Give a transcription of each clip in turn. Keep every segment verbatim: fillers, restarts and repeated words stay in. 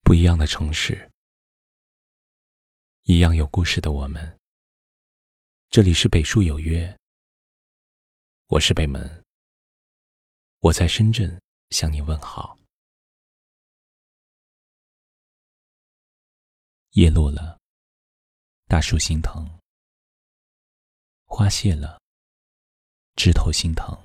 不一样的城市，一样有故事的我们。这里是北树有约，我是北门，我在深圳向你问好。叶落了，大树心疼；花谢了，枝头心疼；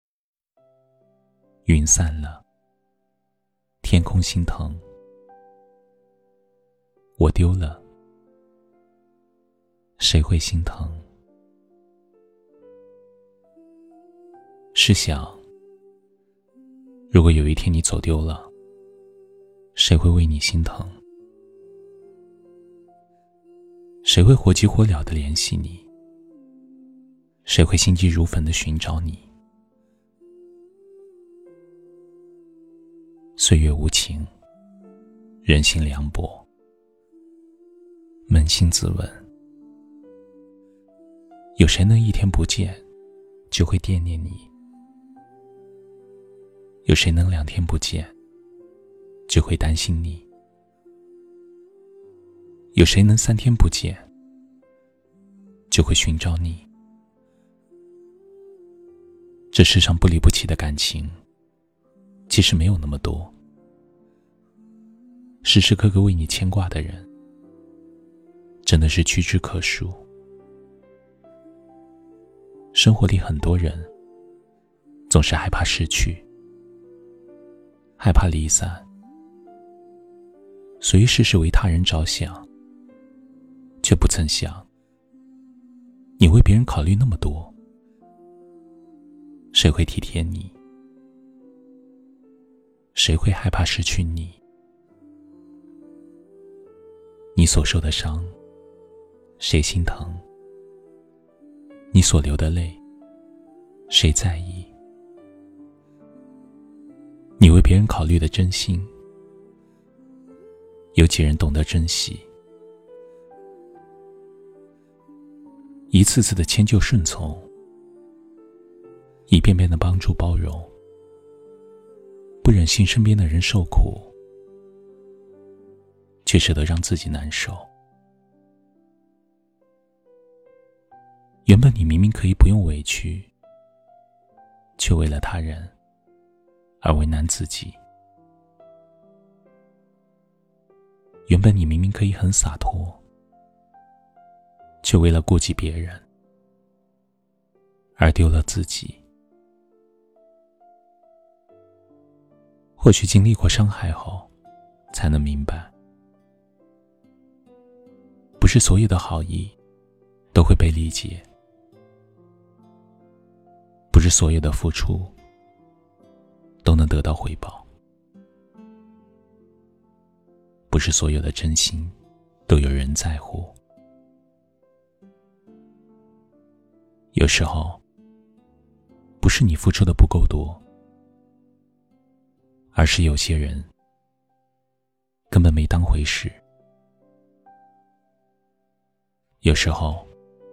云散了，天空心疼。我丢了，谁会心疼？试想，如果有一天你走丢了，谁会为你心疼？谁会火急火燎地联系你？谁会心急如焚地寻找你？岁月无情，人心凉薄，扪心自问，有谁能一天不见就会惦念你？有谁能两天不见就会担心你？有谁能三天不见就会寻找你？这世上不离不弃的感情其实没有那么多，时时刻刻为你牵挂的人真的是屈指可数。生活里很多人总是害怕失去，害怕离散，所以事事为他人着想，却不曾想你为别人考虑那么多，谁会体贴你？谁会害怕失去你？你所受的伤谁心疼？你所流的泪谁在意？你为别人考虑的真心，有几人懂得珍惜？一次次的迁就顺从，一遍遍的帮助包容，不忍心身边的人受苦，却舍得让自己难受。原本你明明可以不用委屈，却为了他人而为难自己。原本你明明可以很洒脱，却为了顾及别人而丢了自己。或许经历过伤害后才能明白，不是所有的好意都会被理解，不是所有的付出都能得到回报，不是所有的真心都有人在乎。有时候不是你付出的不够多，而是有些人根本没当回事。有时候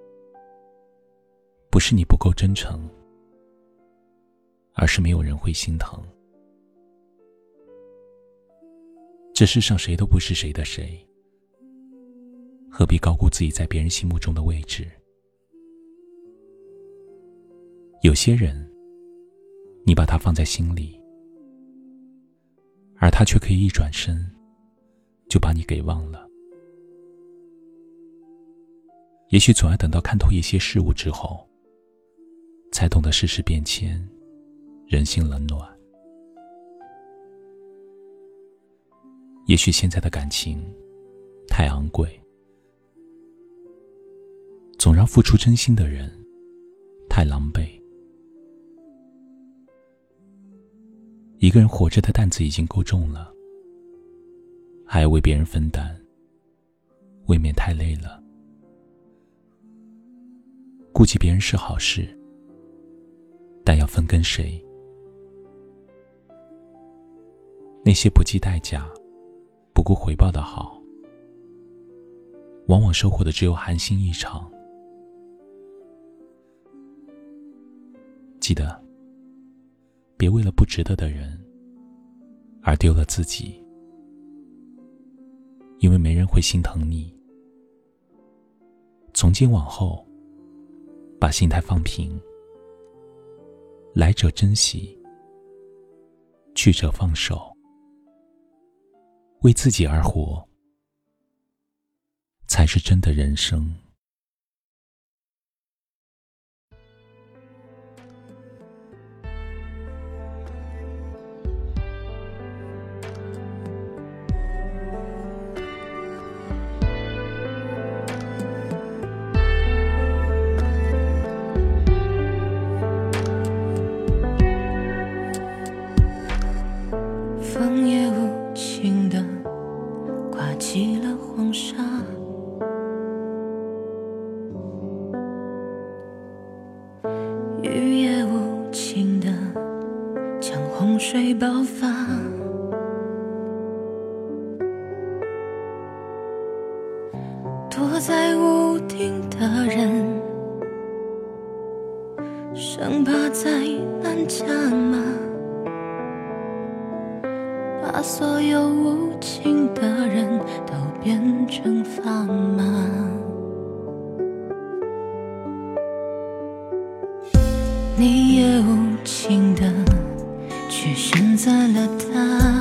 不是你不够真诚，而是没有人会心疼。这世上谁都不是谁的谁，何必高估自己在别人心目中的位置？有些人你把他放在心里，而他却可以一转身就把你给忘了。也许总要等到看透一些事物之后，才懂得世事变迁，人心冷暖。也许现在的感情太昂贵，总让付出真心的人太狼狈。一个人活着的担子已经够重了，还要为别人分担，未免太累了。顾及别人是好事，但要分跟谁。那些不计代价不顾回报的好，往往收获的只有寒心一场。记得别为了不值得的人而丢了自己。 因为没人会心疼你。从今往后，把心态放平，来者珍惜，去者放手，为自己而活，才是真的人生。 风也无情地刮起了黄沙，雨也无情地将洪水爆发。躲在屋顶的人，生怕灾难加码，把所有无情的人都变成砝码。你也无情地去选择了他，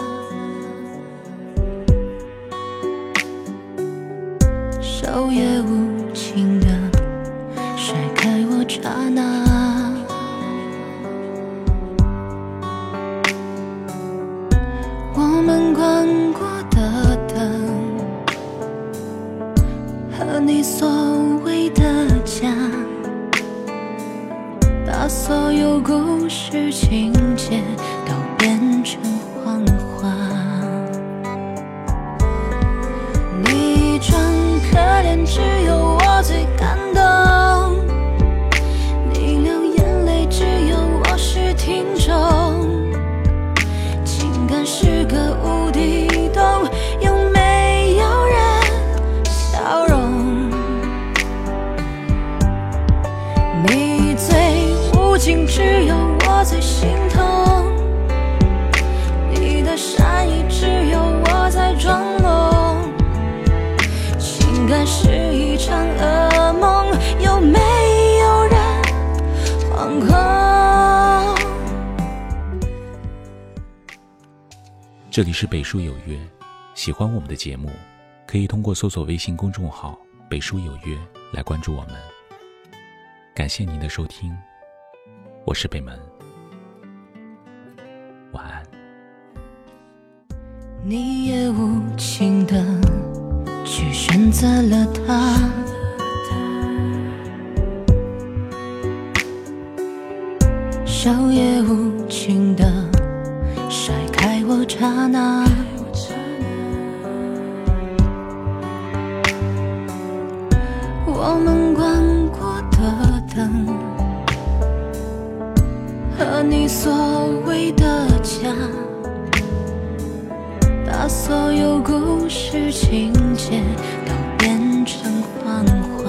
手也无情地甩开我刹那。我们关过的灯，和你所谓的家，把所有故事情节都变成谎话。你装可怜，只有我最感动，你流眼泪，只有我是听众。情感是个无底洞，有没有人笑容？你最无情，只有我最心痛，你的善意只有我在装聋。情感是一场噩梦，有没有人惶恐？ 这里是北书有约，喜欢我们的节目，可以通过搜索微信公众号北书有约来关注我们。感谢您的收听，我是北门，晚安。 你也无情地去选择了他，手也无情地甩开我刹那。我们关过的灯，和你所谓的家，把所有故事情节都变成谎话。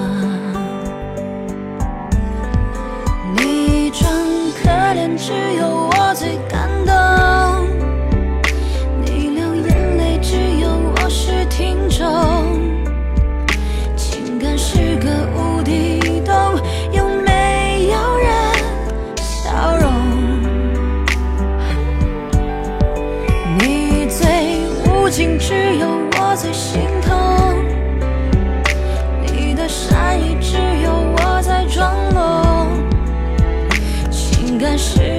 你装可怜，只有我最感动，你流眼泪，只有我是听众。情感是个无底洞，有没有人笑容？你最无情，只有我最心痛，你的善意只有我在装聋。情感是